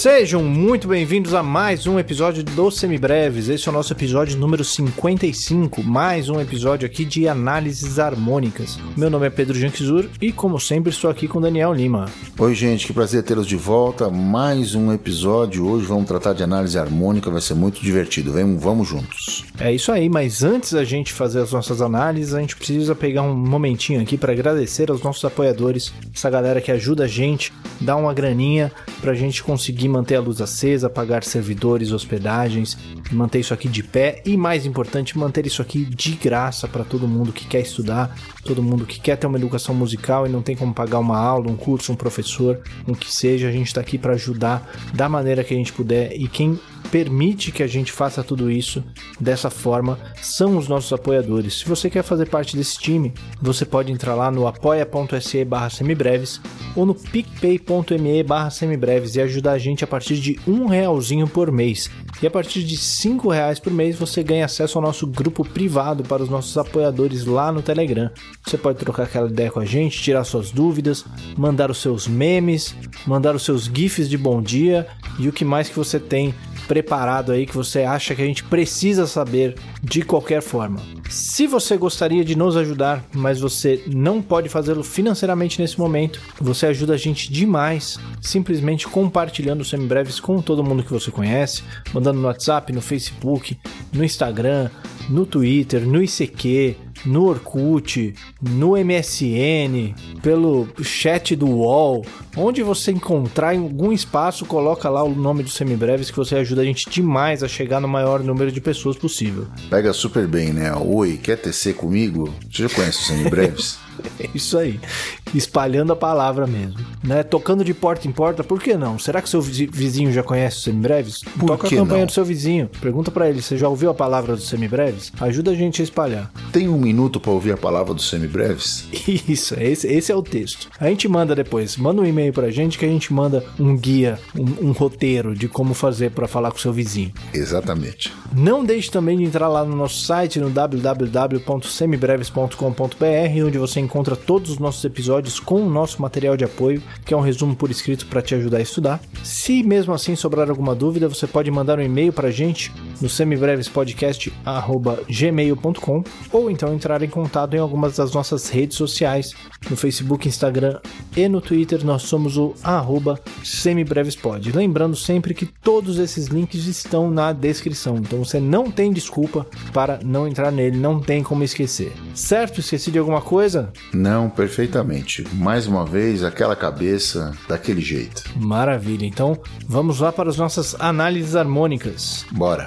Sejam muito bem-vindos a mais um episódio do Semibreves. Esse é o nosso episódio número 55, mais um episódio aqui de análises harmônicas. Meu nome é Pedro Janquizur e, como sempre, estou aqui com Daniel Lima. Oi, gente, que prazer tê-los de volta. Mais um episódio. Hoje vamos tratar de análise harmônica, vai ser muito divertido. Vamos juntos. É isso aí, mas antes da gente fazer as nossas análises, a gente precisa pegar um momentinho aqui para agradecer aos nossos apoiadores, essa galera que ajuda a gente, dá uma graninha pra gente conseguir manter a luz acesa, pagar servidores, hospedagens, manter isso aqui de pé e, mais importante, manter isso aqui de graça para todo mundo que quer estudar, todo mundo que quer ter uma educação musical e não tem como pagar uma aula, um curso, um professor, o que seja. A gente está aqui para ajudar da maneira que a gente puder, e quem permite que a gente faça tudo isso dessa forma são os nossos apoiadores. Se você quer fazer parte desse time, você pode entrar lá no apoia.se/semibreves ou no picpay.me/semibreves e ajudar a gente a partir de R$1 por mês. E a partir de R$5 por mês você ganha acesso ao nosso grupo privado para os nossos apoiadores lá no Telegram. Você pode trocar aquela ideia com a gente, tirar suas dúvidas, mandar os seus memes, mandar os seus gifs de bom dia e o que mais que você tem preparado aí que você acha que a gente precisa saber de qualquer forma. Se você gostaria de nos ajudar, mas você não pode fazê-lo financeiramente nesse momento, você ajuda a gente demais simplesmente compartilhando os Semibreves com todo mundo que você conhece, mandando no WhatsApp, no Facebook, no Instagram, no Twitter, no ICQ, no Orkut, no MSN, pelo chat do UOL, onde você encontrar em algum espaço, coloca lá o nome do Semibreves que você ajuda a gente demais a chegar no maior número de pessoas possível. Pega super bem, né? Oi, quer tecer comigo? Você já conhece o Semibreves? É isso aí, espalhando a palavra mesmo, né? Tocando de porta em porta, por que não? Será que seu vizinho já conhece os Semibreves? Toca a campanha do seu vizinho, pergunta pra ele, você já ouviu a palavra dos Semibreves? Ajuda a gente a espalhar. Tem um minuto pra ouvir a palavra dos Semibreves? Isso, esse é o texto. A gente manda depois, manda um e-mail pra gente que a gente manda um guia, um roteiro de como fazer pra falar com o seu vizinho. Exatamente. Não deixe também de entrar lá no nosso site, no www.semibreves.com.br, onde você encontra todos os nossos episódios com o nosso material de apoio, que é um resumo por escrito para te ajudar a estudar. Se mesmo assim sobrar alguma dúvida, você pode mandar um e-mail para a gente no semibrevespodcast@gmail.com ou então entrar em contato em algumas das nossas redes sociais, no Facebook, Instagram e no Twitter. Nós somos o @semibrevespod. Lembrando sempre que todos esses links estão na descrição, então você não tem desculpa para não entrar nele, não tem como esquecer. Certo? Esqueci de alguma coisa? Não, perfeitamente. Mais uma vez, aquela cabeça, daquele jeito. Maravilha. Então, vamos lá para as nossas análises harmônicas. Bora.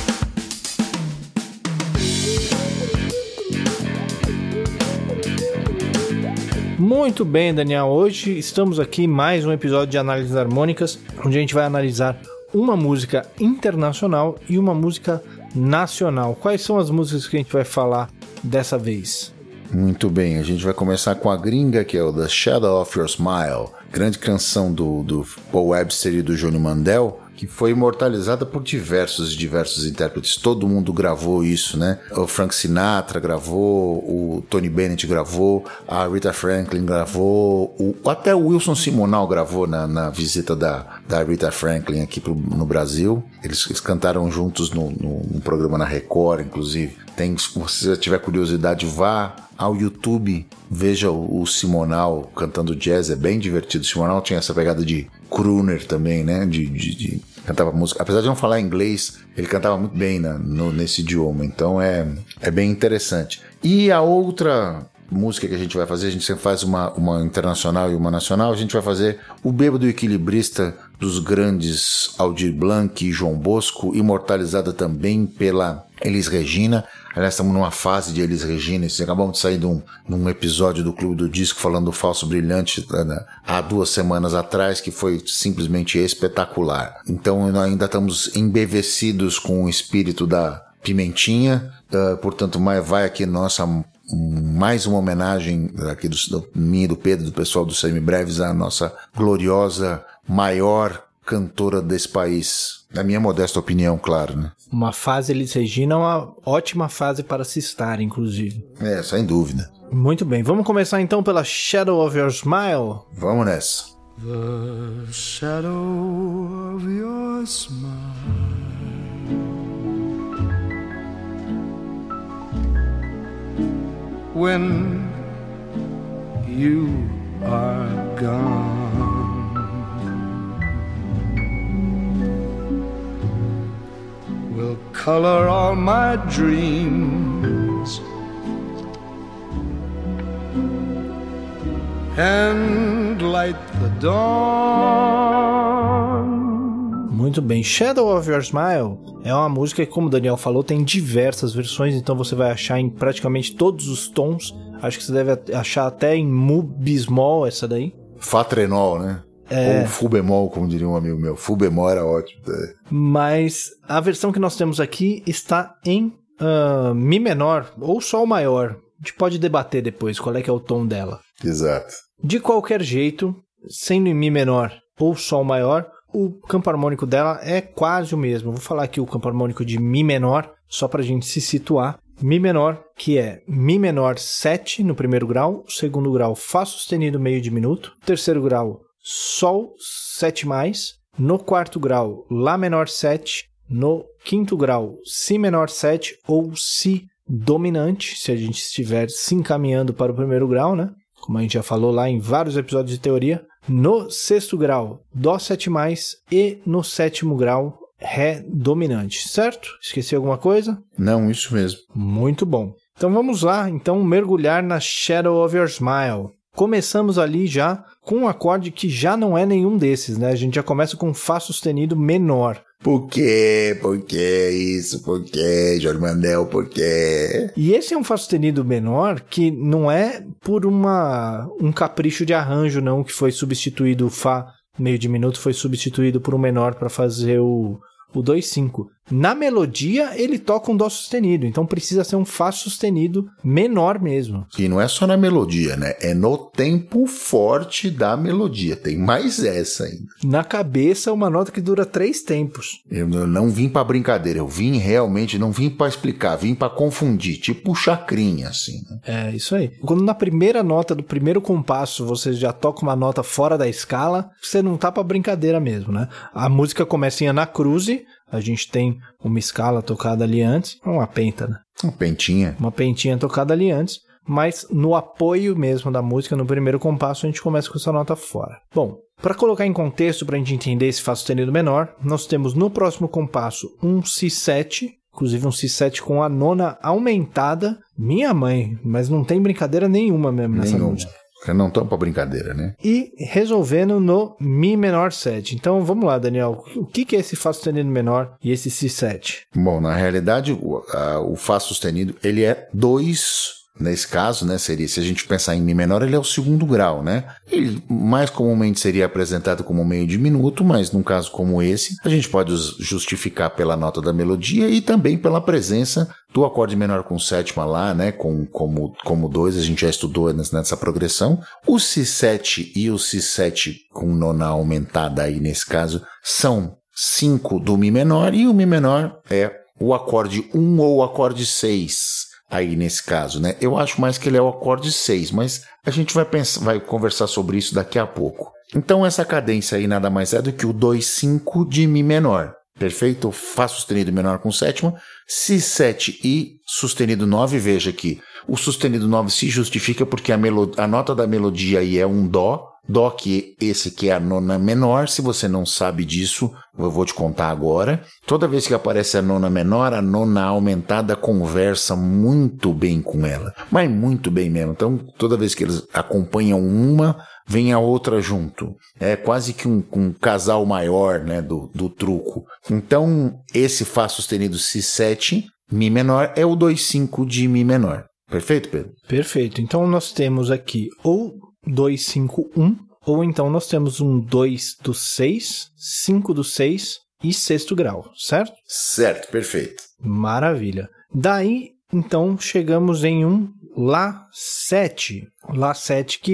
Muito bem, Daniel. Hoje estamos aqui em mais um episódio de análises harmônicas, onde a gente vai analisar uma música internacional e uma música nacional. Quais são as músicas que a gente vai falar dessa vez? Muito bem, a gente vai começar com a gringa, que é o The Shadow of Your Smile, grande canção do Paul Webster e do Johnny Mandel, que foi imortalizada por diversos intérpretes. Todo mundo gravou isso, né? O Frank Sinatra gravou, o Tony Bennett gravou, a Rita Franklin gravou, até o Wilson Simonal gravou na visita da Rita Franklin aqui no Brasil. Eles cantaram juntos num programa na Record, inclusive. Se você tiver curiosidade, vá ao YouTube, veja o Simonal cantando jazz, é bem divertido. O Simonal tinha essa pegada de crooner também, né? Cantava música, apesar de não falar inglês, ele cantava muito bem nesse idioma, então é bem interessante. E a outra música que a gente vai fazer, a gente sempre faz uma internacional e uma nacional, a gente vai fazer O Bêbado Equilibrista, dos grandes Aldir Blanc e João Bosco, imortalizada também pela Elis Regina. Aliás, estamos numa fase de Elis Regina. Acabamos de sair num episódio do Clube do Disco falando do Falso Brilhante há 2 semanas atrás, que foi simplesmente espetacular. Então ainda estamos embevecidos com o espírito da Pimentinha. Portanto, vai aqui mais uma homenagem aqui minha e do Pedro, do pessoal do Semibreves, à nossa gloriosa, maior cantora desse país. Na minha modesta opinião, claro, né? Uma fase Elis Regina é uma ótima fase para se estar, inclusive. Sem dúvida. Muito bem, vamos começar então pela Shadow of Your Smile? Vamos nessa. The shadow of your smile when you are gone will color all my dreams and light the dawn. Muito bem, Shadow of Your Smile é uma música que, como o Daniel falou, tem diversas versões, então você vai achar em praticamente todos os tons. Acho que você deve achar até em mu bismol essa daí. Fá trenol, né? Ou full bemol, como diria um amigo meu. Full bemol era ótimo. Mas a versão que nós temos aqui está em Mi menor ou Sol maior. A gente pode debater depois qual é que é o tom dela. Exato. De qualquer jeito, sendo em Mi menor ou Sol maior, o campo harmônico dela é quase o mesmo. Vou falar aqui o campo harmônico de Mi menor, só para a gente se situar. Mi menor, que é Mi menor 7 no primeiro grau, segundo grau Fá sustenido meio diminuto, terceiro grau Sol 7+, no quarto grau Lá menor 7, no quinto grau Si menor 7 ou Si dominante, se a gente estiver se encaminhando para o primeiro grau, né? Como a gente já falou lá em vários episódios de teoria. No sexto grau, Dó 7+, e no sétimo grau, Ré dominante, certo? Esqueci alguma coisa? Não, isso mesmo. Muito bom. Então vamos lá, mergulhar na Shadow of Your Smile. Começamos ali já com um acorde que já não é nenhum desses, né? A gente já começa com Fá sustenido menor. Por quê? Por que isso? Por quê, Jorge Mandel? Por quê? E esse é um Fá sustenido menor que não é por um capricho de arranjo, não, que foi substituído o Fá meio diminuto, foi substituído por um menor para fazer o 2/5. Na melodia, ele toca um Dó sustenido, então precisa ser um Fá sustenido menor mesmo. E não é só na melodia, né? É no tempo forte da melodia. Tem mais essa ainda. Na cabeça, uma nota que dura 3 tempos. Eu não vim pra brincadeira, eu vim realmente, não vim pra explicar, vim pra confundir, tipo chacrinha, assim. Né? É, isso aí. Quando na primeira nota do primeiro compasso você já toca uma nota fora da escala, você não tá pra brincadeira mesmo, né? A música começa em Anacruze, a gente tem uma escala tocada ali antes, uma penta, né? Uma pentinha. Uma pentinha tocada ali antes, mas no apoio mesmo da música, no primeiro compasso, a gente começa com essa nota fora. Bom, para colocar em contexto, para a gente entender esse Fá sustenido menor, nós temos no próximo compasso um Si7, inclusive um Si7 com a nona aumentada. Minha mãe, mas não tem brincadeira nenhuma mesmo nessa música. Não estão pra brincadeira, né? E resolvendo no Mi menor 7. Então vamos lá, Daniel. O que é esse Fá sustenido menor e esse Si7? Bom, na realidade, o Fá sustenido, ele é 2. Nesse caso, né, seria, se a gente pensar em Mi menor, ele é o segundo grau, né? Ele mais comumente seria apresentado como meio diminuto, mas num caso como esse, a gente pode justificar pela nota da melodia e também pela presença do acorde menor com sétima lá, né, como 2, a gente já estudou nessa progressão. O Si7 e o Si7 com nona aumentada aí nesse caso são 5 do Mi menor e o Mi menor é o acorde 1 ou o acorde 6. Aí nesse caso, né? Eu acho mais que ele é o acorde 6, mas a gente vai conversar sobre isso daqui a pouco. Então essa cadência aí nada mais é do que o 2/5 de Mi menor. Perfeito? Fá sustenido menor com sétima, Si7 e sustenido 9. Veja que o sustenido 9 se justifica porque a nota da melodia aí é um Dó. Dó que é a nona menor. Se você não sabe disso, eu vou te contar agora. Toda vez que aparece a nona menor, a nona aumentada conversa muito bem com ela. Mas muito bem mesmo. Então, toda vez que eles acompanham uma, vem a outra junto. É quase que um casal maior, né, do truco. Então, esse Fá sustenido Si7, Mi menor, é o 2/5 de Mi menor. Perfeito, Pedro? Perfeito. Então, nós temos aqui ou 2/5/1, ou então nós temos um 2 do 6, 5 do 6 e sexto grau, certo? Certo, perfeito. Maravilha. Daí, então, chegamos em um Lá 7. Lá 7 que é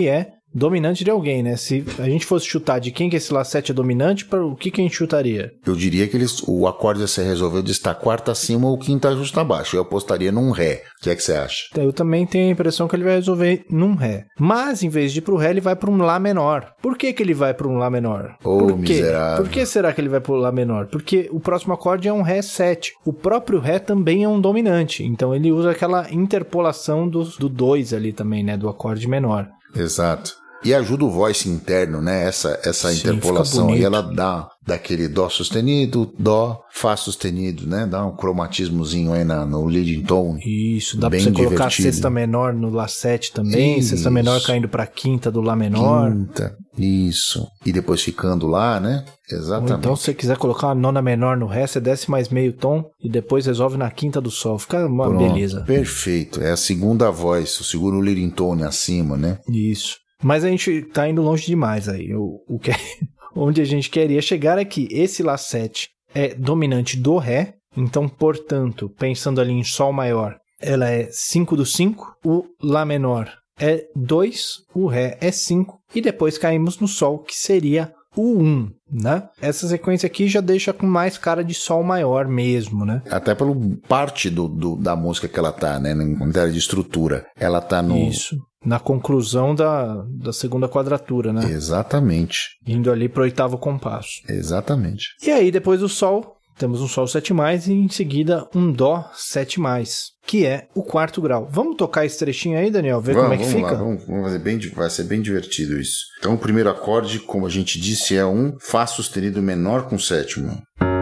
dominante de alguém, né? Se a gente fosse chutar de quem que esse Lá7 é dominante, para o que a gente chutaria? Eu diria que o acorde a ser resolvido está quarta acima ou quinta justa abaixo. Eu apostaria num Ré. O que é que você acha? Eu também tenho a impressão que ele vai resolver num Ré. Mas, em vez de ir pro Ré, ele vai para um Lá menor. Por que ele vai para um Lá menor? Ô, miserável. Por que será que ele vai pro Lá menor? Porque o próximo acorde é um Ré7. O próprio Ré também é um dominante. Então, ele usa aquela interpolação do 2 ali também, né? Do acorde menor. Exato. E ajuda o voice interno, né? Essa interpolação. E ela dá daquele Dó sustenido, Dó, Fá sustenido, né? Dá um cromatismozinho aí no leading tone. Isso, dá pra você colocar a sexta menor no Lá7 também, isso. Sexta menor caindo pra quinta do Lá menor. Quinta, isso. E depois ficando lá, né? Exatamente. Ou então, se você quiser colocar uma nona menor no Ré, você desce mais meio tom e depois resolve na quinta do Sol. Fica uma beleza. Perfeito. É a segunda voz, o segundo leading tone acima, né? Isso. Mas a gente tá indo longe demais aí. Onde a gente queria chegar é que esse Lá7 é dominante do Ré. Então, portanto, pensando ali em Sol maior, ela é 5 do 5. O Lá menor é 2. O Ré é 5. E depois caímos no Sol, que seria o 1, né? Essa sequência aqui já deixa com mais cara de Sol maior mesmo, né? Até pelo parte da música que ela tá, né? Em termos de estrutura. Ela tá no... Isso. Na conclusão da segunda quadratura, né? Exatamente. Indo ali pro oitavo compasso. Exatamente. E aí, depois do Sol, temos um Sol 7+, e em seguida um Dó 7+, que é o quarto grau. Vamos tocar esse trechinho aí, Daniel? Ver como é que fica? Vamos fazer vai ser bem divertido isso. Então, o primeiro acorde, como a gente disse, é um Fá sustenido menor com sétimo.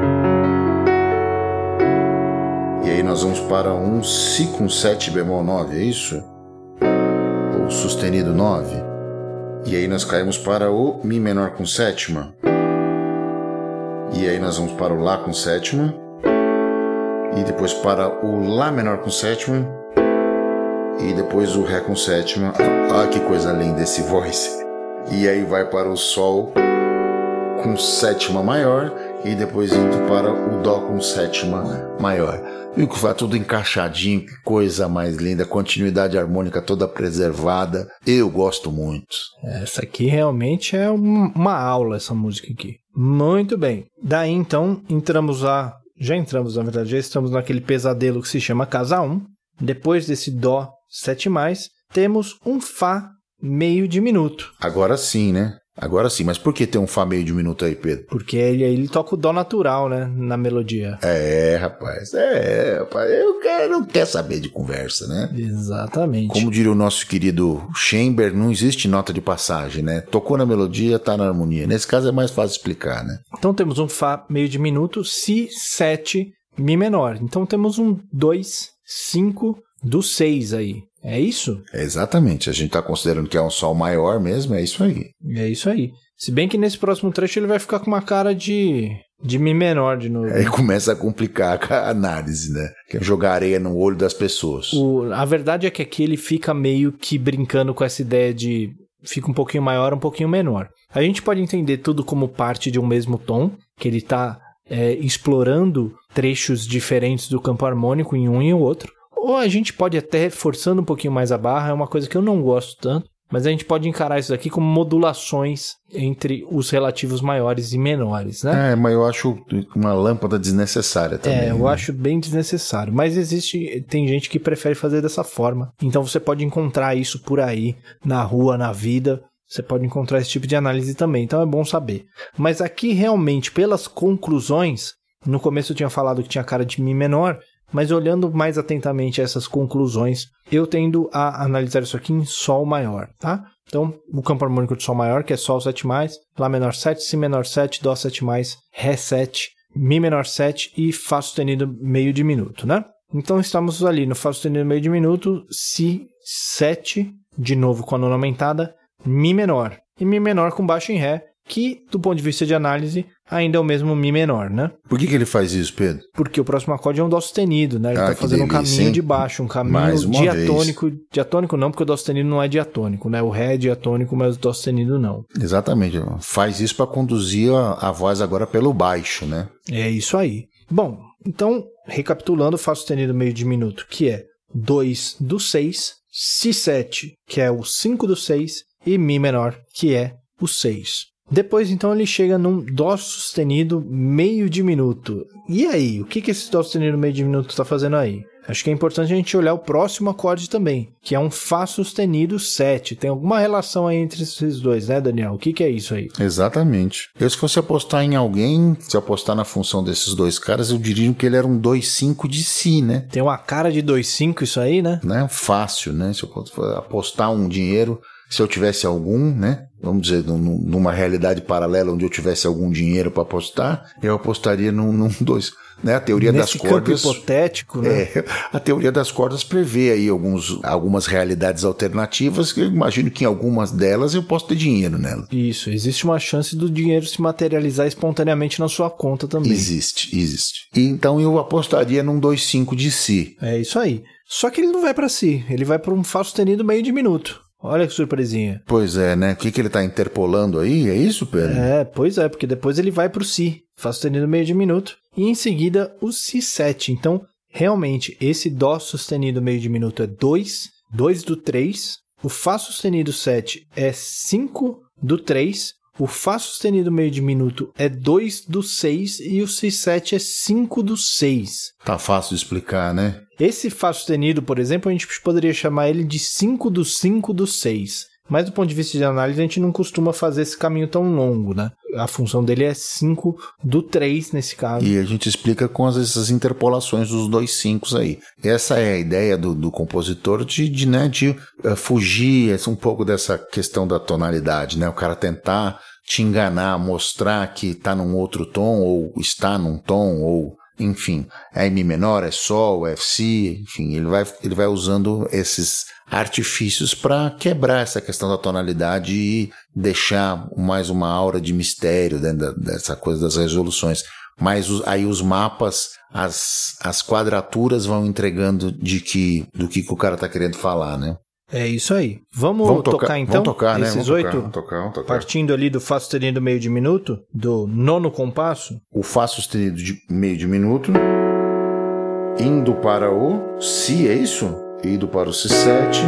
E aí nós vamos para um Si com 7 bemol 9, é isso? Sustenido 9. E aí nós caímos para o Mi menor com sétima. E aí nós vamos para o Lá com sétima. E depois para o Lá menor com sétima. E depois o Ré com sétima. Ah, que coisa linda esse voice. E aí vai para o Sol com sétima maior. E depois indo para o Dó com sétima maior. E que vai tudo encaixadinho, que coisa mais linda, continuidade harmônica toda preservada. Eu gosto muito. Essa aqui realmente é uma aula, essa música aqui. Muito bem. Daí então já estamos naquele pesadelo que se chama casa 1. Depois desse Dó 7+, temos um Fá meio diminuto. Agora sim, né? Agora sim, mas por que tem um Fá meio diminuto aí, Pedro? Porque ele toca o Dó natural, né, na melodia. Rapaz, não quer saber de conversa, né? Exatamente. Como diria o nosso querido Chamber, não existe nota de passagem, né? Tocou na melodia, tá na harmonia. Nesse caso é mais fácil explicar, né? Então temos um Fá meio diminuto, Si, 7, Mi menor. Então temos um 2, 5 do 6 aí. É isso? Exatamente. A gente está considerando que é um Sol maior mesmo, é isso aí. É isso aí. Se bem que nesse próximo trecho ele vai ficar com uma cara de Mi menor de novo. Aí começa a complicar a análise, né? Que é jogar areia no olho das pessoas. A verdade é que aqui ele fica meio que brincando com essa ideia de fica um pouquinho maior, um pouquinho menor. A gente pode entender tudo como parte de um mesmo tom, que ele está explorando trechos diferentes do campo harmônico em um e o outro. Ou a gente pode até, forçando um pouquinho mais a barra, é uma coisa que eu não gosto tanto, mas a gente pode encarar isso aqui como modulações entre os relativos maiores e menores, né? Mas eu acho uma lâmpada desnecessária também. Eu acho bem desnecessário, mas tem gente que prefere fazer dessa forma. Então você pode encontrar isso por aí, na rua, na vida, você pode encontrar esse tipo de análise também, então é bom saber. Mas aqui realmente, pelas conclusões, no começo eu tinha falado que tinha cara de Mi menor, mas olhando mais atentamente a essas conclusões, eu tendo a analisar isso aqui em Sol maior, tá? Então, o campo harmônico de Sol maior, que é Sol 7+, Lá menor 7, Si menor 7, Dó 7+, Ré 7, Mi menor 7 e Fá sustenido meio diminuto, né? Então, estamos ali no Fá sustenido meio diminuto, Si 7, de novo com a nona aumentada, Mi menor. E Mi menor com baixo em Ré, que, do ponto de vista de análise, ainda é o mesmo Mi menor, né? Por que ele faz isso, Pedro? Porque o próximo acorde é um Dó sustenido, né? Ele tá fazendo um caminho de baixo, um caminho diatônico. Diatônico não, porque o Dó sustenido não é diatônico, né? O Ré é diatônico, mas o Dó sustenido não. Exatamente. Faz isso para conduzir a voz agora pelo baixo, né? É isso aí. Bom, então, recapitulando, Fá sustenido meio diminuto, que é 2 do 6, Si7, que é o 5 do 6, e Mi menor, que é o 6. Depois, então, ele chega num Dó sustenido meio diminuto. E aí, o que esse Dó sustenido meio diminuto está fazendo aí? Acho que é importante a gente olhar o próximo acorde também, que é um Fá sustenido 7. Tem alguma relação aí entre esses dois, né, Daniel? O que é isso aí? Exatamente. Eu, se fosse apostar em alguém, se apostar na função desses dois caras, eu diria que ele era um 2,5 de Si, né? Tem uma cara de 2,5 isso aí, né? Fácil, né? Se eu for apostar um dinheiro, se eu tivesse algum, né? Vamos dizer, numa realidade paralela onde eu tivesse algum dinheiro para apostar, eu apostaria num 2. Né? A teoria Nesse das cordas. Campo hipotético, né? A teoria das cordas prevê aí algumas realidades alternativas que eu imagino que em algumas delas eu posso ter dinheiro nela. Isso, existe uma chance do dinheiro se materializar espontaneamente na sua conta também. Existe. E então eu apostaria num 2,5 de Si. É isso aí. Só que ele não vai para Si, ele vai para um Fá sustenido meio diminuto. Olha que surpresinha. Pois é, né? O que ele tá interpolando aí? É isso, Pedro? Pois é, porque depois ele vai pro Si, Fá sustenido meio diminuto, e em seguida o Si7. Então, realmente, esse Dó sustenido meio diminuto é 2, 2 do 3, o Fá sustenido 7 é 5 do 3, o Fá sustenido meio diminuto é 2 do 6 e o Si7 é 5 do 6. Tá fácil de explicar, né? Esse Fá sustenido, por exemplo, a gente poderia chamar ele de 5 do 5 do 6. Mas do ponto de vista de análise, a gente não costuma fazer esse caminho tão longo, né? A função dele é 5 do 3 nesse caso. E a gente explica com essas interpolações dos 2 5 aí. Essa é a ideia do compositor de fugir um pouco dessa questão da tonalidade, né? O cara tentar te enganar, mostrar que tá num outro tom, ou está num tom, ou enfim, é Mi menor, é Sol, é Si, enfim, ele vai usando esses artifícios para quebrar essa questão da tonalidade e deixar mais uma aura de mistério dentro dessa coisa das resoluções. Mas aí os mapas, as quadraturas vão entregando do que o cara tá querendo falar, né? É isso aí. Vamos tocar então? Vamos tocar, esses né? 8? Vamos tocar. Partindo ali do Fá sustenido meio diminuto, do nono compasso. O Fá sustenido de meio diminuto, indo para o Si, é isso? Indo para o Si7.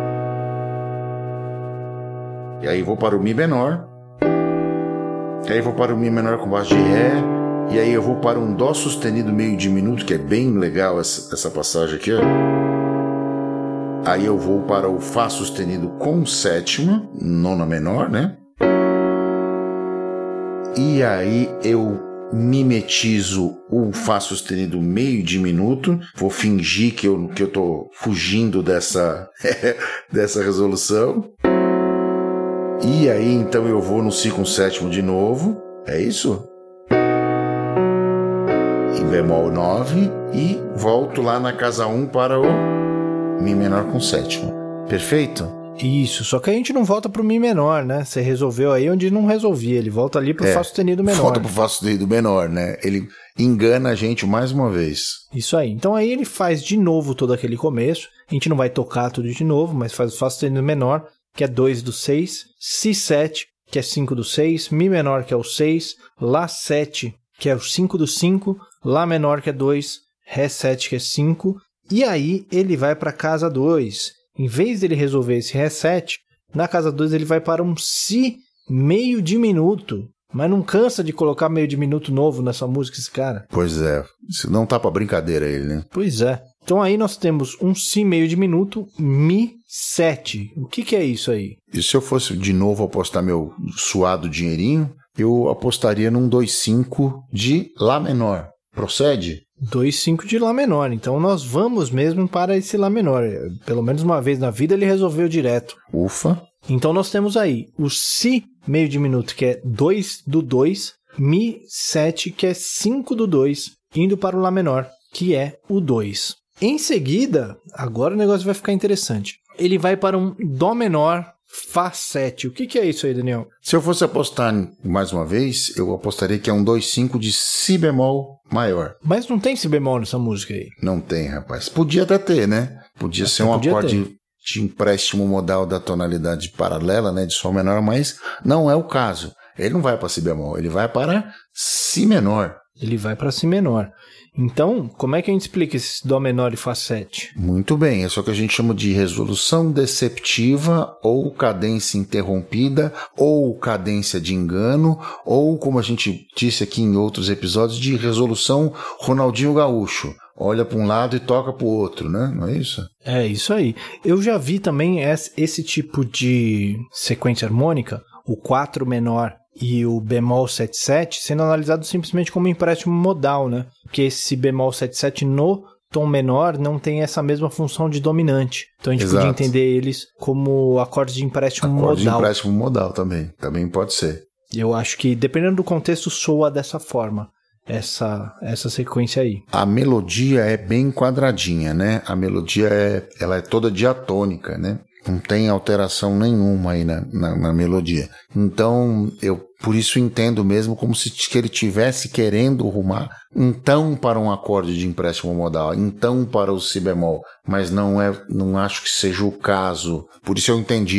E aí vou para o Mi menor. E aí vou para o Mi menor com baixo de Ré. E aí eu vou para um Dó sustenido meio diminuto, que é bem legal essa passagem aqui, ó. Aí eu vou para o Fá sustenido com sétima, nona menor, né? E aí eu mimetizo o Fá sustenido meio diminuto. Vou fingir que eu tô fugindo dessa resolução. E aí então eu vou no Si com sétimo de novo. É isso? Em bemol 9. E volto lá na casa 1 para o Mi menor com sétima. Perfeito? Isso, só que a gente não volta pro Mi menor, né? Você resolveu aí onde não resolvia. Ele volta ali pro Fá sustenido menor. Volta pro Fá sustenido menor, né? Ele engana a gente mais uma vez. Isso aí. Então aí ele faz de novo todo aquele começo. A gente não vai tocar tudo de novo, mas faz o Fá sustenido menor, que é 2 do 6, Si7, que é 5 do 6, Mi menor, que é o 6, Lá 7, que é o 5 do 5, Lá menor, que é 2, Ré 7, que é 5, e aí ele vai para a casa 2. Em vez dele resolver esse Ré 7, na casa 2 ele vai para um Si meio diminuto. Mas não cansa de colocar meio diminuto novo nessa música, esse cara? Pois é, isso não tá pra brincadeira ele, né? Pois é. Então aí nós temos um Si meio diminuto, Mi 7. O que é isso aí? E se eu fosse de novo apostar meu suado dinheirinho, eu apostaria num 2,5 de Lá menor. Procede? 2,5 de Lá menor. Então nós vamos mesmo para esse Lá menor. Pelo menos uma vez na vida ele resolveu direto. Ufa. Então nós temos aí o Si meio diminuto, que é 2 do 2, Mi 7, que é 5 do 2, indo para o Lá menor, que é o 2. Em seguida, agora o negócio vai ficar interessante. Ele vai para um Dó menor, Fá 7. O que é isso aí, Daniel? Se eu fosse apostar mais uma vez, eu apostaria que é um 2,5 de Si bemol maior. Mas não tem Si bemol nessa música aí. Não tem, rapaz. Podia até ter, né? Podia ser um acorde de empréstimo modal da tonalidade paralela, né? De Sol menor, mas não é o caso. Ele não vai para Si bemol, ele vai para Si menor. ele vai para Si menor. Então, como é que a gente explica esse Dó menor e Fá 7? Muito bem, é só que a gente chama de resolução deceptiva, ou cadência interrompida, ou cadência de engano, ou, como a gente disse aqui em outros episódios, de resolução Ronaldinho Gaúcho. Olha para um lado e toca para o outro, né? Não é isso? É isso aí. Eu já vi também esse tipo de sequência harmônica, o 4 menor e o bemol 7/7, sendo analisado simplesmente como empréstimo modal, né? Porque esse bemol 7/7 no tom menor não tem essa mesma função de dominante. Então a gente podia entender eles como acordes de empréstimo modal. Acorde de empréstimo modal também pode ser. Eu acho que, dependendo do contexto, soa dessa forma. Essa sequência aí. A melodia é bem quadradinha, né? A melodia ela é toda diatônica, né? Não tem alteração nenhuma aí na melodia. Então, eu por isso entendo mesmo como se que ele estivesse querendo rumar então para um acorde de empréstimo modal, então para o Si bemol, mas não acho que seja o caso. Por isso eu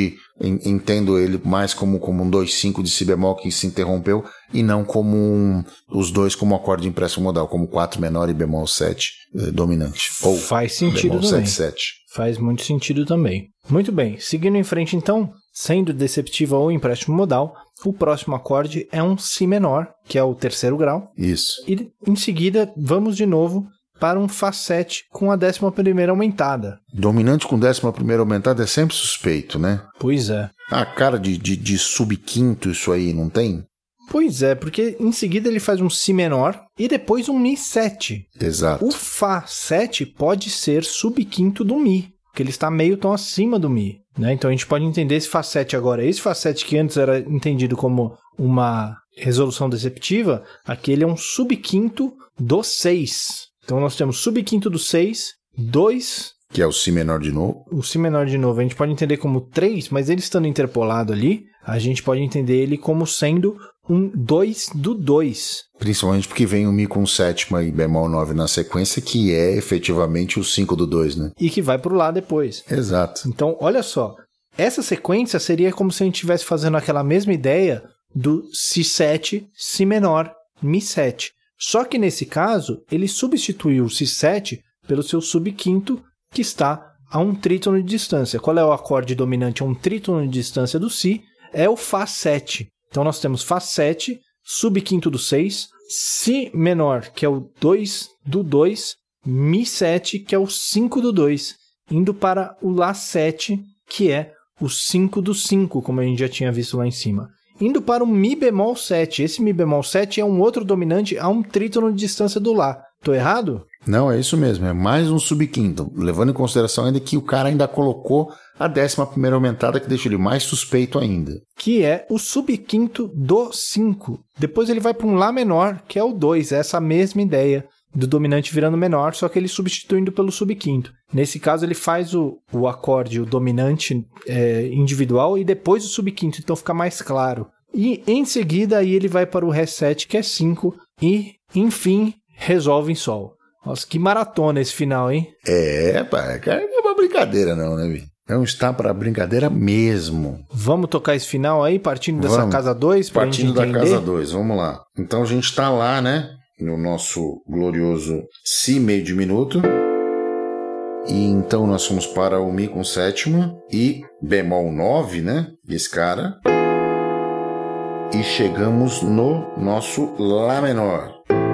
entendo ele mais como um 2/5 de Si bemol que se interrompeu e não como os dois como acorde de empréstimo modal, como 4 menor e bemol 7 dominante. Ou faz sentido bemol também. 7/7. Faz muito sentido também. Muito bem, seguindo em frente então, sendo deceptiva ou empréstimo modal, o próximo acorde é um Si menor, que é o 3º grau. Isso. E em seguida, vamos de novo para um Fá 7 com a 11ª aumentada. Dominante com 11ª aumentada é sempre suspeito, né? Pois é. A cara de subquinto isso aí, não tem? Pois é, porque em seguida ele faz um Si menor e depois um Mi 7. Exato. O Fá 7 pode ser subquinto do Mi, porque ele está meio tom acima do Mi, né? Então a gente pode entender esse Fá 7 agora. Esse Fá 7 que antes era entendido como uma resolução deceptiva, aqui ele é um subquinto do 6. Então nós temos subquinto do 6, 2... que é o Si menor de novo. O Si menor de novo a gente pode entender como 3, mas ele estando interpolado ali, a gente pode entender ele como sendo um 2 do 2. Principalmente porque vem o Mi com sétima e bemol 9 na sequência, que é efetivamente o 5 do 2, né? E que vai pro Lá depois. Exato. Então, olha só. Essa sequência seria como se a gente estivesse fazendo aquela mesma ideia do Si 7, Si menor, Mi 7. Só que nesse caso, ele substituiu o Si 7 pelo seu subquinto, que está a um trítono de distância. Qual é o acorde dominante a um trítono de distância do Si? É o Fá 7. Então nós temos Fá 7, subquinto do 6, Si menor, que é o 2 do 2, Mi 7, que é o 5 do 2, indo para o Lá 7, que é o 5 do 5, como a gente já tinha visto lá em cima. Indo para o Mi bemol 7. Esse Mi bemol 7 é um outro dominante a um trítono de distância do Lá. Tô errado? Não, é isso mesmo. É mais um subquinto. Levando em consideração ainda que o cara ainda colocou a 11ª aumentada, que deixa ele mais suspeito ainda. Que é o subquinto do 5. Depois ele vai para um Lá menor, que é o 2. É essa mesma ideia do dominante virando menor, só que ele substituindo pelo subquinto. Nesse caso, ele faz o acorde, o dominante individual, e depois o subquinto, então fica mais claro. E em seguida, aí ele vai para o Ré 7, que é 5, e, enfim, resolve em Sol. Nossa, que maratona esse final, hein? Pá, não é uma brincadeira não, né, Vini? Não está para brincadeira mesmo. Vamos tocar esse final aí, partindo dessa casa 2? Partindo da casa 2, vamos lá. Então a gente está lá, né? No nosso glorioso Si meio diminuto. E então nós fomos para o Mi com sétima e bemol 9, né? Esse cara. E chegamos no nosso Lá menor.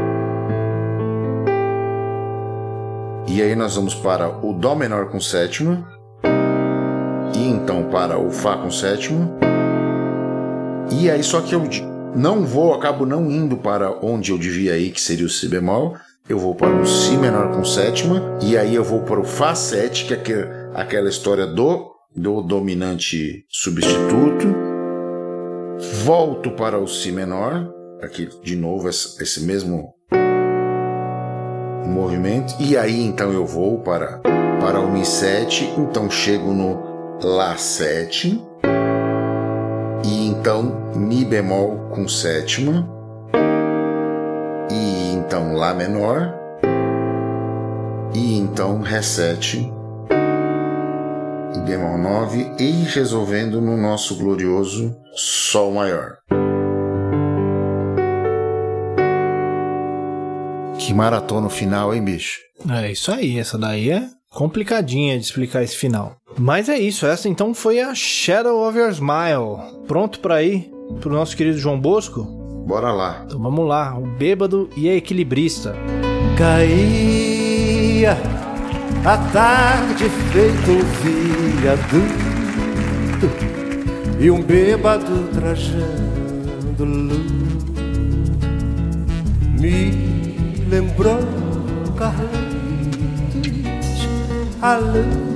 E aí nós vamos para o Dó menor com sétima. E então para o Fá com sétima. E aí só que eu acabo não indo para onde eu devia ir, que seria o Si bemol. Eu vou para o Si menor com sétima. E aí eu vou para o Fá 7, que é aquela história do dominante substituto. Volto para o Si menor. Aqui de novo esse mesmo movimento. E aí então eu vou para o Mi 7. Então chego no Lá 7. E então Mi bemol com sétima. E então Lá menor. E então Ré 7. E bemol 9. E resolvendo no nosso glorioso Sol maior. Que maratona final, hein, bicho? É isso aí, essa daí é complicadinha de explicar esse final. Mas é isso, essa então foi a Shadow of Your Smile. Pronto pra ir pro nosso querido João Bosco? Bora lá. Então vamos lá, o bêbado e a equilibrista. Caía a tarde feito um viaduto e um bêbado trajando luz me lembrou Carlitos, a luz.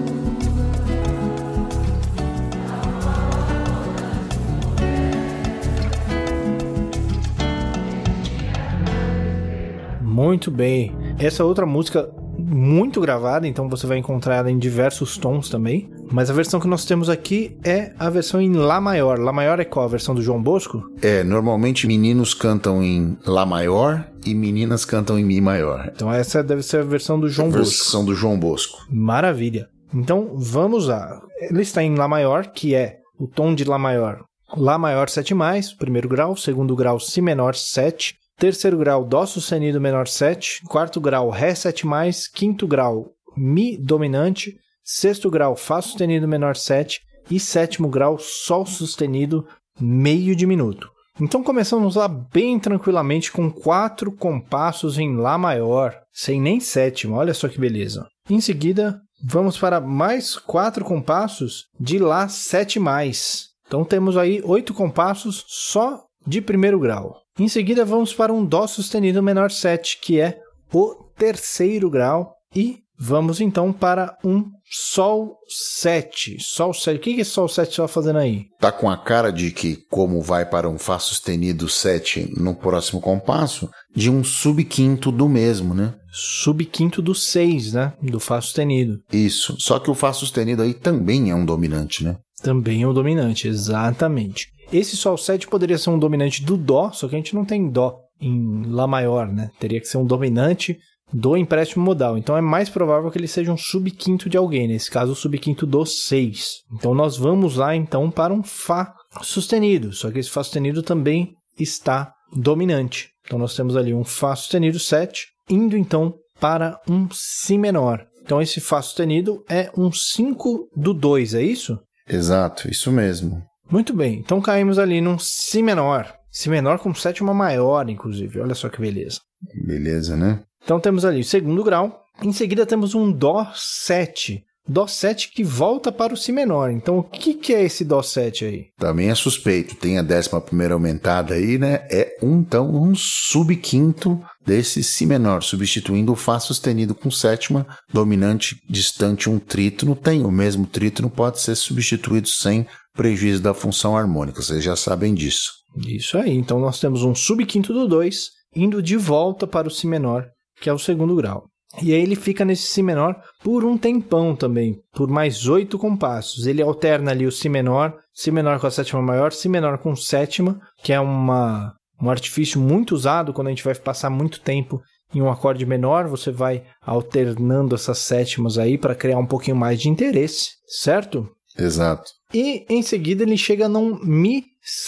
Muito bem. Essa outra música muito gravada, então você vai encontrar ela em diversos tons também. Mas a versão que nós temos aqui é a versão em Lá maior. Lá maior é qual? A versão do João Bosco? Normalmente meninos cantam em Lá maior e meninas cantam em Mi maior. Então essa deve ser a versão do João Bosco. Versão do João Bosco. Maravilha. Então vamos lá. Ele está em Lá maior, que é o tom de Lá maior. Lá maior 7+, primeiro grau, segundo grau Si menor 7, terceiro grau Dó sustenido menor 7, quarto grau Ré 7+, quinto grau Mi dominante, sexto grau Fá sustenido menor 7 e sétimo grau Sol sustenido meio diminuto. Então começamos lá bem tranquilamente com 4 compassos em Lá maior, sem nem sétima, olha só que beleza. Em seguida, vamos para mais 4 compassos de Lá 7+. Então temos aí 8 compassos só de primeiro grau. Em seguida, vamos para um Dó sustenido menor 7, que é o terceiro grau. E vamos então para um Sol 7. Sol 7. O que esse Sol 7 está fazendo aí? Tá com a cara de que, como vai para um Fá sustenido 7 no próximo compasso, de um subquinto do mesmo, né? Subquinto do 6, né? Do Fá sustenido. Isso. Só que o Fá sustenido aí também é um dominante, né? Também é um dominante, exatamente. Esse Sol 7 poderia ser um dominante do Dó, só que a gente não tem Dó em Lá maior, né? Teria que ser um dominante do empréstimo modal. Então é mais provável que ele seja um subquinto de alguém, nesse caso o subquinto do 6. Então nós vamos lá então para um Fá sustenido, só que esse Fá sustenido também está dominante. Então nós temos ali um Fá sustenido 7, indo então para um Si menor. Então esse Fá sustenido é um 5 do 2, é isso? Exato, isso mesmo. Muito bem, então caímos ali num Si menor. Si menor com sétima maior, inclusive. Olha só que beleza. Beleza, né? Então temos ali o segundo grau. Em seguida temos um Dó 7. Dó 7 que volta para o Si menor. Então o que é esse Dó 7 aí? Também é suspeito. Tem a 11ª aumentada aí, né? Então um subquinto desse Si menor, substituindo o Fá sustenido com sétima, dominante distante um trítono. Tem o mesmo trítono, pode ser substituído sem prejuízo da função harmônica. Vocês já sabem disso. Isso aí. Então nós temos um subquinto do 2 indo de volta para o Si menor, que é o segundo grau. E aí ele fica nesse Si menor por um tempão também, por mais 8 compassos. Ele alterna ali o Si menor com a sétima maior, Si menor com sétima, que é um artifício muito usado quando a gente vai passar muito tempo em um acorde menor. Você vai alternando essas sétimas aí para criar um pouquinho mais de interesse, certo? Exato. E em seguida ele chega num Mi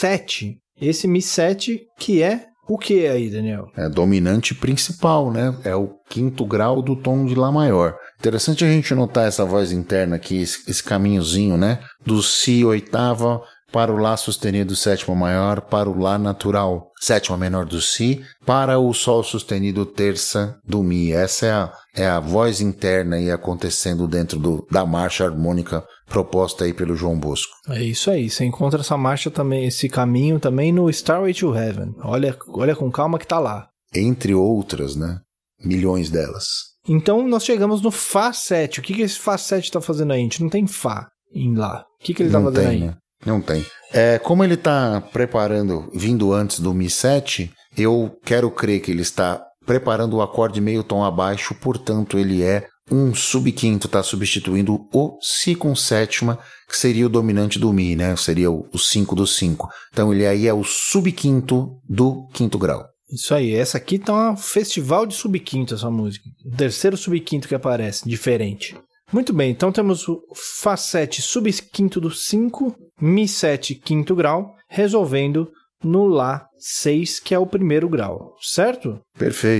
7. Esse Mi 7 que é o que aí, Daniel? É dominante principal, né? É o quinto grau do tom de Lá maior. Interessante a gente notar essa voz interna aqui, esse caminhozinho, né? Do Si oitava para o Lá sustenido sétima maior, para o Lá natural sétima menor do Si, para o Sol sustenido terça do Mi. Essa é a voz interna aí acontecendo dentro da marcha harmônica proposta aí pelo João Bosco. É isso aí, você encontra essa marcha também, esse caminho também no Starway to Heaven. Olha com calma que tá lá. Entre outras, né? Milhões delas. Então nós chegamos no Fá 7. O que esse Fá 7 tá fazendo aí? A gente não tem Fá em Lá. O que ele tá fazendo aí? Né? Não tem. Como ele tá preparando, vindo antes do Mi 7, eu quero crer que ele está preparando o acorde meio tom abaixo, portanto ele é um subquinto, está substituindo o Si com sétima, que seria o dominante do Mi, né? Seria o 5 do 5. Então ele aí é o subquinto do quinto grau. Isso aí, essa aqui tá um festival de subquinto, essa música. O terceiro subquinto que aparece, diferente. Muito bem, então temos o Fá 7 subquinto do 5, Mi 7 quinto grau, resolvendo no Lá 6, que é o primeiro grau, certo? Perfeito.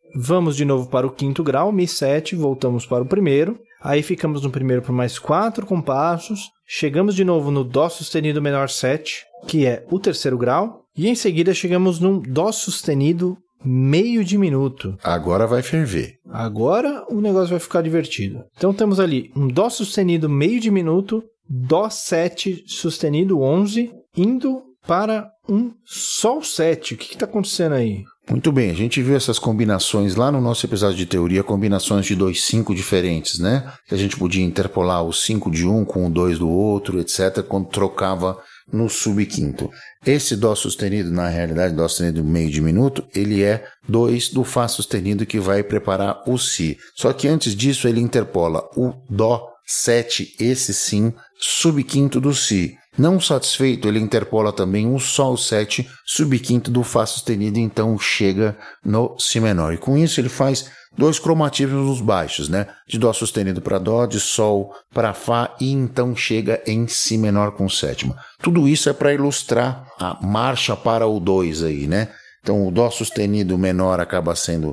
vamos de novo para o quinto grau, Mi 7, voltamos para o primeiro, aí ficamos no primeiro por mais 4 compassos, chegamos de novo no Dó sustenido menor 7, que é o terceiro grau, e em seguida chegamos num Dó sustenido meio diminuto. Agora vai ferver. Agora o negócio vai ficar divertido. Então temos ali um Dó sustenido meio diminuto, Dó 7 sustenido 11, indo para um Sol 7. O que está acontecendo aí? Muito bem, a gente viu essas combinações lá no nosso episódio de teoria, combinações de 2 5 diferentes, né? Que a gente podia interpolar o 5 de um com o 2 do outro, etc., quando trocava no subquinto. Esse Dó sustenido, na realidade, Dó sustenido meio diminuto, ele é 2 do Fá sustenido que vai preparar o Si. Só que antes disso ele interpola o Dó 7, esse sim, subquinto do Si. Não satisfeito, ele interpola também o Sol 7, subquinto do Fá sustenido, então chega no Si menor. E com isso ele faz 2 cromatismos nos baixos, né? De Dó sustenido para Dó, de Sol para Fá, e então chega em Si menor com sétima. Tudo isso é para ilustrar a marcha para o 2 aí, né? Então o Dó sustenido menor acaba sendo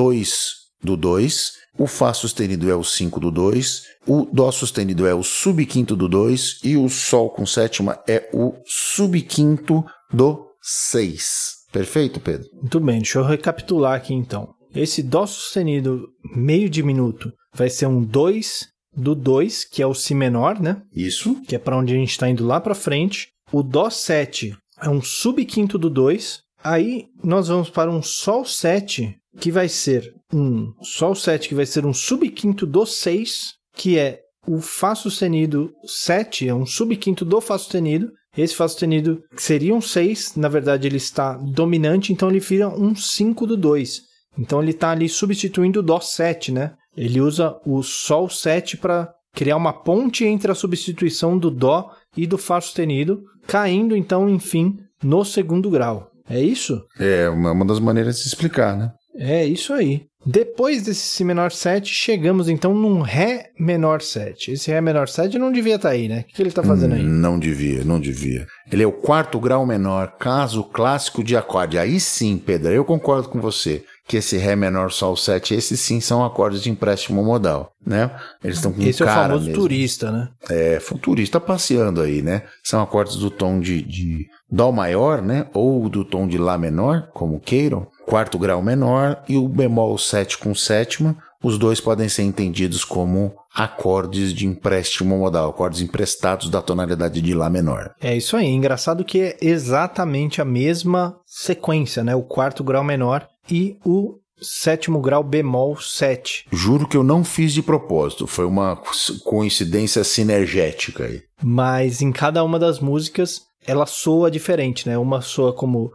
2 do 2, o Fá sustenido é o 5 do 2, o Dó sustenido é o subquinto do 2 e o Sol com sétima é o subquinto do 6. Perfeito, Pedro? Muito bem, deixa eu recapitular aqui então. Esse Dó sustenido meio diminuto vai ser um 2 do 2, que é o Si menor, né? Isso. Que é para onde a gente está indo lá para frente. O Dó 7 é um subquinto do 2. Aí nós vamos para um Sol 7, que vai ser um Sol 7, que vai ser um subquinto do 6, que é o Fá sustenido 7, é um subquinto do Fá sustenido. Esse Fá sustenido seria um 6, na verdade ele está dominante, então ele vira um 5 do 2. Então ele está ali substituindo o Dó 7, né? Ele usa o Sol 7 para criar uma ponte entre a substituição do Dó e do Fá sustenido, caindo então, enfim, no segundo grau. É isso? É uma das maneiras de se explicar, né? É isso aí. Depois desse Si menor 7, chegamos então num Ré menor 7. Esse Ré menor 7 não devia estar aí, né? O que ele está fazendo aí? Não devia. Ele é o quarto grau menor, caso clássico de acorde. Aí sim, Pedro, eu concordo com você que esse Ré menor Sol 7, esses sim são acordes de empréstimo modal, né? Eles estão com esse cara é o famoso mesmo. turista, né? É, foi um turista passeando aí, né? São acordes do tom de Dó maior, né? Ou do tom de Lá menor, como queiram. Quarto grau menor e o bemol 7 com sétima. Os dois podem ser entendidos como acordes de empréstimo modal, acordes emprestados da tonalidade de Lá menor. É isso aí. Engraçado que é exatamente a mesma sequência, né? O quarto grau menor e o sétimo grau bemol 7. Juro que eu não fiz de propósito, foi uma coincidência sinergética aí. Mas em cada uma das músicas ela soa diferente, né? Uma soa como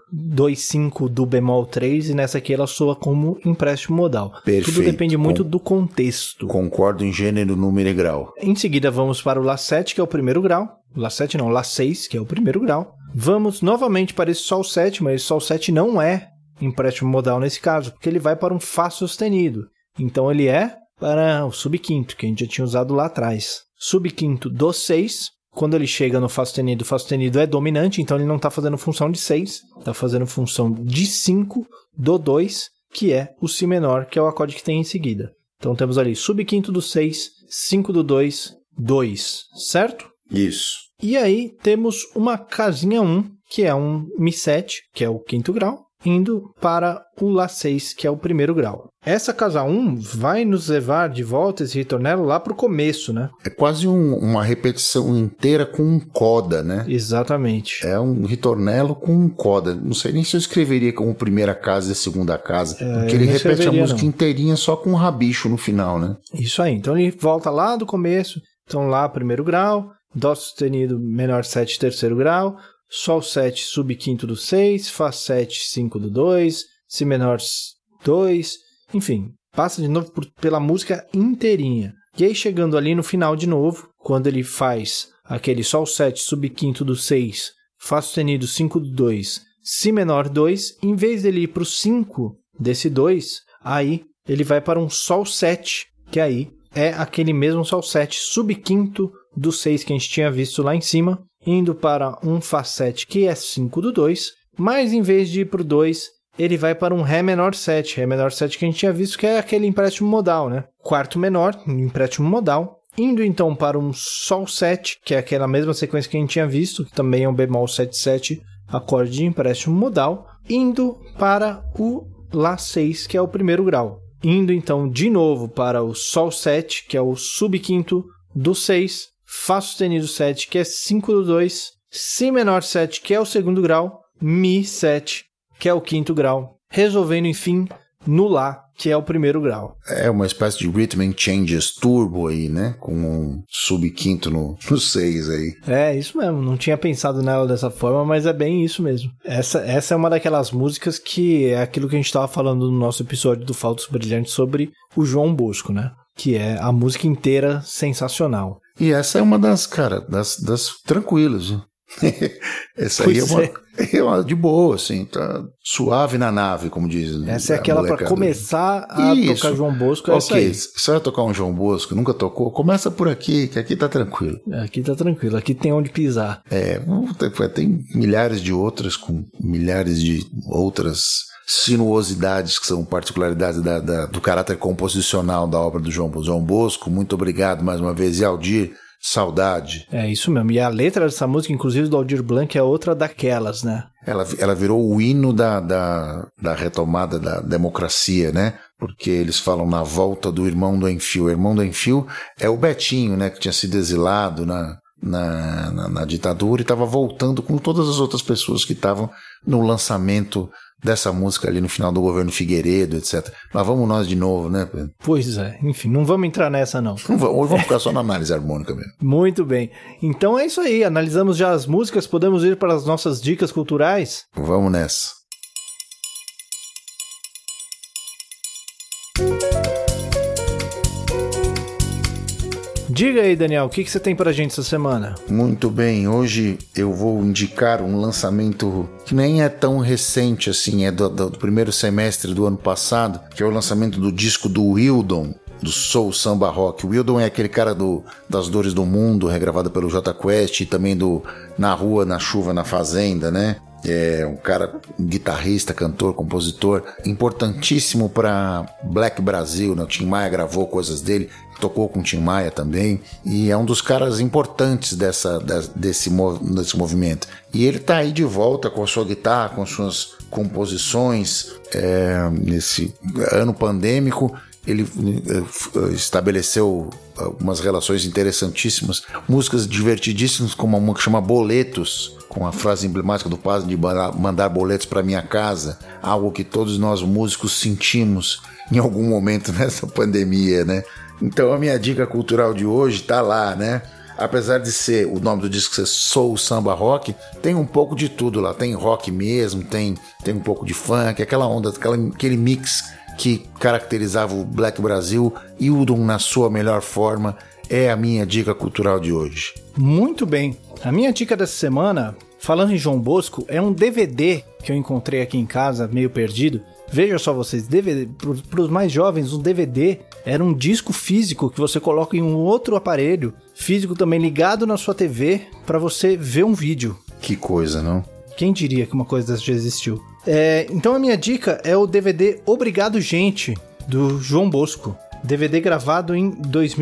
2/5 do bemol 3 e nessa aqui ela soa como empréstimo modal. Perfeito. Tudo depende muito do contexto. Concordo em gênero, número e grau. Em seguida vamos para o Lá 7, que é o primeiro grau. Lá 7 não, Lá 6, que é o primeiro grau. Vamos novamente para esse Sol 7, mas esse Sol 7 não é empréstimo modal nesse caso, porque ele vai para um Fá sustenido. Então ele é para o subquinto, que a gente já tinha usado lá atrás. Subquinto do 6. Quando ele chega no Fá sustenido é dominante, então ele não está fazendo função de 6, está fazendo função de 5 do 2, que é o Si menor, que é o acorde que tem em seguida. Então temos ali subquinto do 6, 5 do 2, 2, certo? Isso. E aí temos uma casinha 1, que é um Mi 7, que é o quinto grau, indo para o Lá 6, que é o primeiro grau. Essa casa 1 vai nos levar de volta esse ritornelo lá para o começo, né? É quase uma repetição inteira com um coda, né? Exatamente. É um ritornelo com um coda. Não sei nem se eu escreveria como primeira casa e segunda casa, porque ele repete a música inteirinha só com um rabicho no final, né? Isso aí. Então ele volta lá do começo. Então lá primeiro grau, Dó sustenido menor 7 terceiro grau, Sol 7 subquinto do 6, Fá 7 5 do 2, Si menor 2, enfim, passa de novo pela música inteirinha. E aí chegando ali no final de novo, quando ele faz aquele Sol 7 subquinto do 6, Fá sustenido 5 do 2, Si menor 2, em vez dele ir para o 5 desse 2, aí ele vai para um Sol 7, que aí é aquele mesmo Sol 7 subquinto do 6 que a gente tinha visto lá em cima, indo para um Fá 7 que é 5 do 2, mas em vez de ir para o 2, ele vai para um Ré menor 7. Ré menor 7 que a gente tinha visto que é aquele empréstimo modal, né? Quarto menor, empréstimo modal. Indo então para um Sol 7, que é aquela mesma sequência que a gente tinha visto, que também é um bemol 7/7, acorde de empréstimo modal. Indo para o Lá 6, que é o primeiro grau. Indo então de novo para o Sol 7, que é o subquinto do 6. Fá sustenido 7, que é 5 do 2. Si menor 7, que é o segundo grau. Mi 7, que é o quinto grau. Resolvendo, enfim, no Lá, que é o primeiro grau. É uma espécie de Rhythm and Changes turbo aí, né? Com um subquinto no 6 aí. É, isso mesmo. Não tinha pensado nela dessa forma, mas é bem isso mesmo. Essa é uma daquelas músicas que é aquilo que a gente estava falando no nosso episódio do Flautas Brilhantes sobre o João Bosco, né? Que é a música inteira sensacional. E essa é uma das, cara, das tranquilas, né? Essa aí é uma de boa, assim, tá suave na nave, como diz. Essa é aquela para começar a tocar João Bosco. É essa aí. Se você vai tocar um João Bosco, nunca tocou, começa por aqui, que aqui tá tranquilo. Aqui tá tranquilo, aqui tem onde pisar. Tem milhares de outras, com milhares de outras sinuosidades que são particularidades do caráter composicional da obra do João Bosco. Muito obrigado mais uma vez, e Aldir. Saudade. É isso mesmo. E a letra dessa música, inclusive do Aldir Blanc, é outra daquelas, né? Ela virou o hino da retomada da democracia, né? Porque eles falam na volta do irmão do Enfio. O irmão do Enfio é o Betinho, né? Que tinha sido exilado na ditadura e estava voltando com todas as outras pessoas que estavam no lançamento dessa música ali no final do governo Figueiredo, etc. Mas vamos nós de novo, né, Pedro? Pois é, enfim, não vamos entrar nessa não. Hoje vamos ficar só na análise harmônica mesmo. Muito bem. Então é isso aí, analisamos já as músicas, podemos ir para as nossas dicas culturais? Vamos nessa. Diga aí, Daniel, o que você tem pra gente essa semana? Muito bem, hoje eu vou indicar um lançamento que nem é tão recente assim, é do primeiro semestre do ano passado, que é o lançamento do disco do Wildon, do Soul Samba Rock. O Wildon é aquele cara das Dores do Mundo, regravado pelo Jota Quest, e também do Na Rua, na Chuva, na Fazenda, né? É um cara, um guitarrista, cantor, compositor, importantíssimo para Black Brasil, né? O Tim Maia gravou coisas dele, tocou com o Tim Maia também, e é um dos caras importantes desse movimento. E ele tá aí de volta com a sua guitarra, com suas composições, nesse ano pandêmico. Ele estabeleceu algumas relações interessantíssimas, músicas divertidíssimas, como uma que chama Boletos, com a frase emblemática do padre de mandar boletos para minha casa, algo que todos nós músicos sentimos em algum momento nessa pandemia, né? Então a minha dica cultural de hoje tá lá, né? Apesar de ser o nome do disco ser Soul Samba Rock, tem um pouco de tudo lá, tem rock mesmo, tem um pouco de funk, aquela onda, aquele mix que caracterizava o Black Brasil, e Wildon na sua melhor forma é a minha dica cultural de hoje. Muito bem. A minha dica dessa semana, falando em João Bosco, é um DVD que eu encontrei aqui em casa, meio perdido. Veja só vocês, para os mais jovens, um DVD era um disco físico que você coloca em um outro aparelho, físico também ligado na sua TV, para você ver um vídeo. Que coisa, não? Quem diria que uma coisa dessa já existiu? Então a minha dica é o DVD Obrigado Gente, do João Bosco. DVD gravado em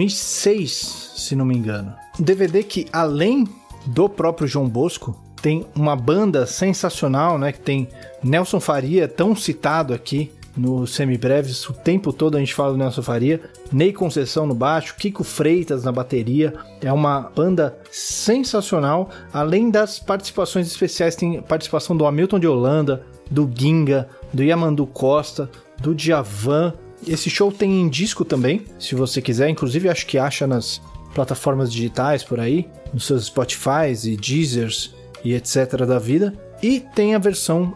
2006, se não me engano. Um DVD que, além do próprio João Bosco, tem uma banda sensacional, né? Que tem Nelson Faria, tão citado aqui no Semibreves. O tempo todo a gente fala do Nelson Faria. Ney Conceição no baixo, Kiko Freitas na bateria. É uma banda sensacional. Além das participações especiais, tem participação do Hamilton de Holanda, do Ginga, do Yamandu Costa, do Djavan. Esse show tem em disco também, se você quiser. Inclusive, acho que acha nas plataformas digitais por aí, nos seus Spotifys e Deezers e etc. da vida. E tem a versão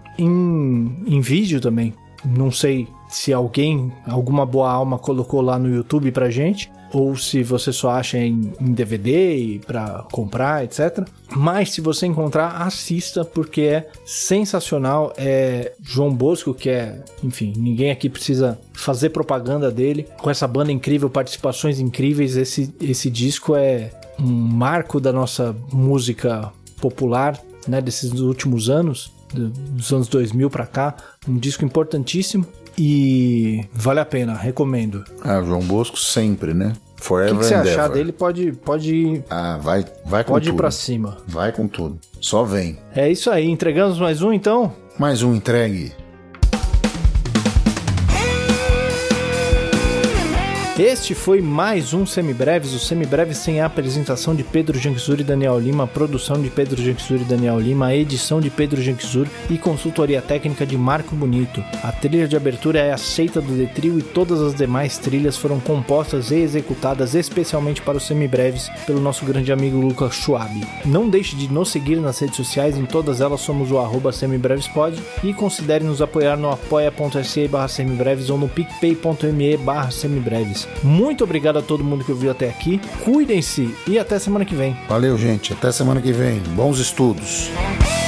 em vídeo também. Não sei se alguma boa alma colocou lá no YouTube pra gente, ou se você só acha em DVD e pra comprar, etc. Mas se você encontrar, assista, porque é sensacional. É João Bosco, que enfim, ninguém aqui precisa fazer propaganda dele. Com essa banda incrível, participações incríveis, esse disco é um marco da nossa música popular, né, desses últimos anos. dos anos 2000 pra cá. Um disco importantíssimo e vale a pena, recomendo. João Bosco sempre, né? O Forever que você and achar ever. dele pode ir, vai com pode ir tudo. pra cima. Vai com tudo. Só vem. É isso aí, entregamos mais um então? Mais um entregue. Este foi mais um Semibreves, o Semibreves sem a apresentação de Pedro Janquizur e Daniel Lima, a produção de Pedro Janquizur e Daniel Lima, a edição de Pedro Janquizur e consultoria técnica de Marco Bonito. A trilha de abertura é aceita do The Trio e todas as demais trilhas foram compostas e executadas especialmente para os Semibreves pelo nosso grande amigo Lucas Schwab. Não deixe de nos seguir nas redes sociais, em todas elas somos o @semibrevespod e considere nos apoiar no apoia.se/semibreves ou no picpay.me/semibreves. Muito obrigado a todo mundo que ouviu até aqui. Cuidem-se e até semana que vem. Valeu, gente. Até semana que vem. Bons estudos.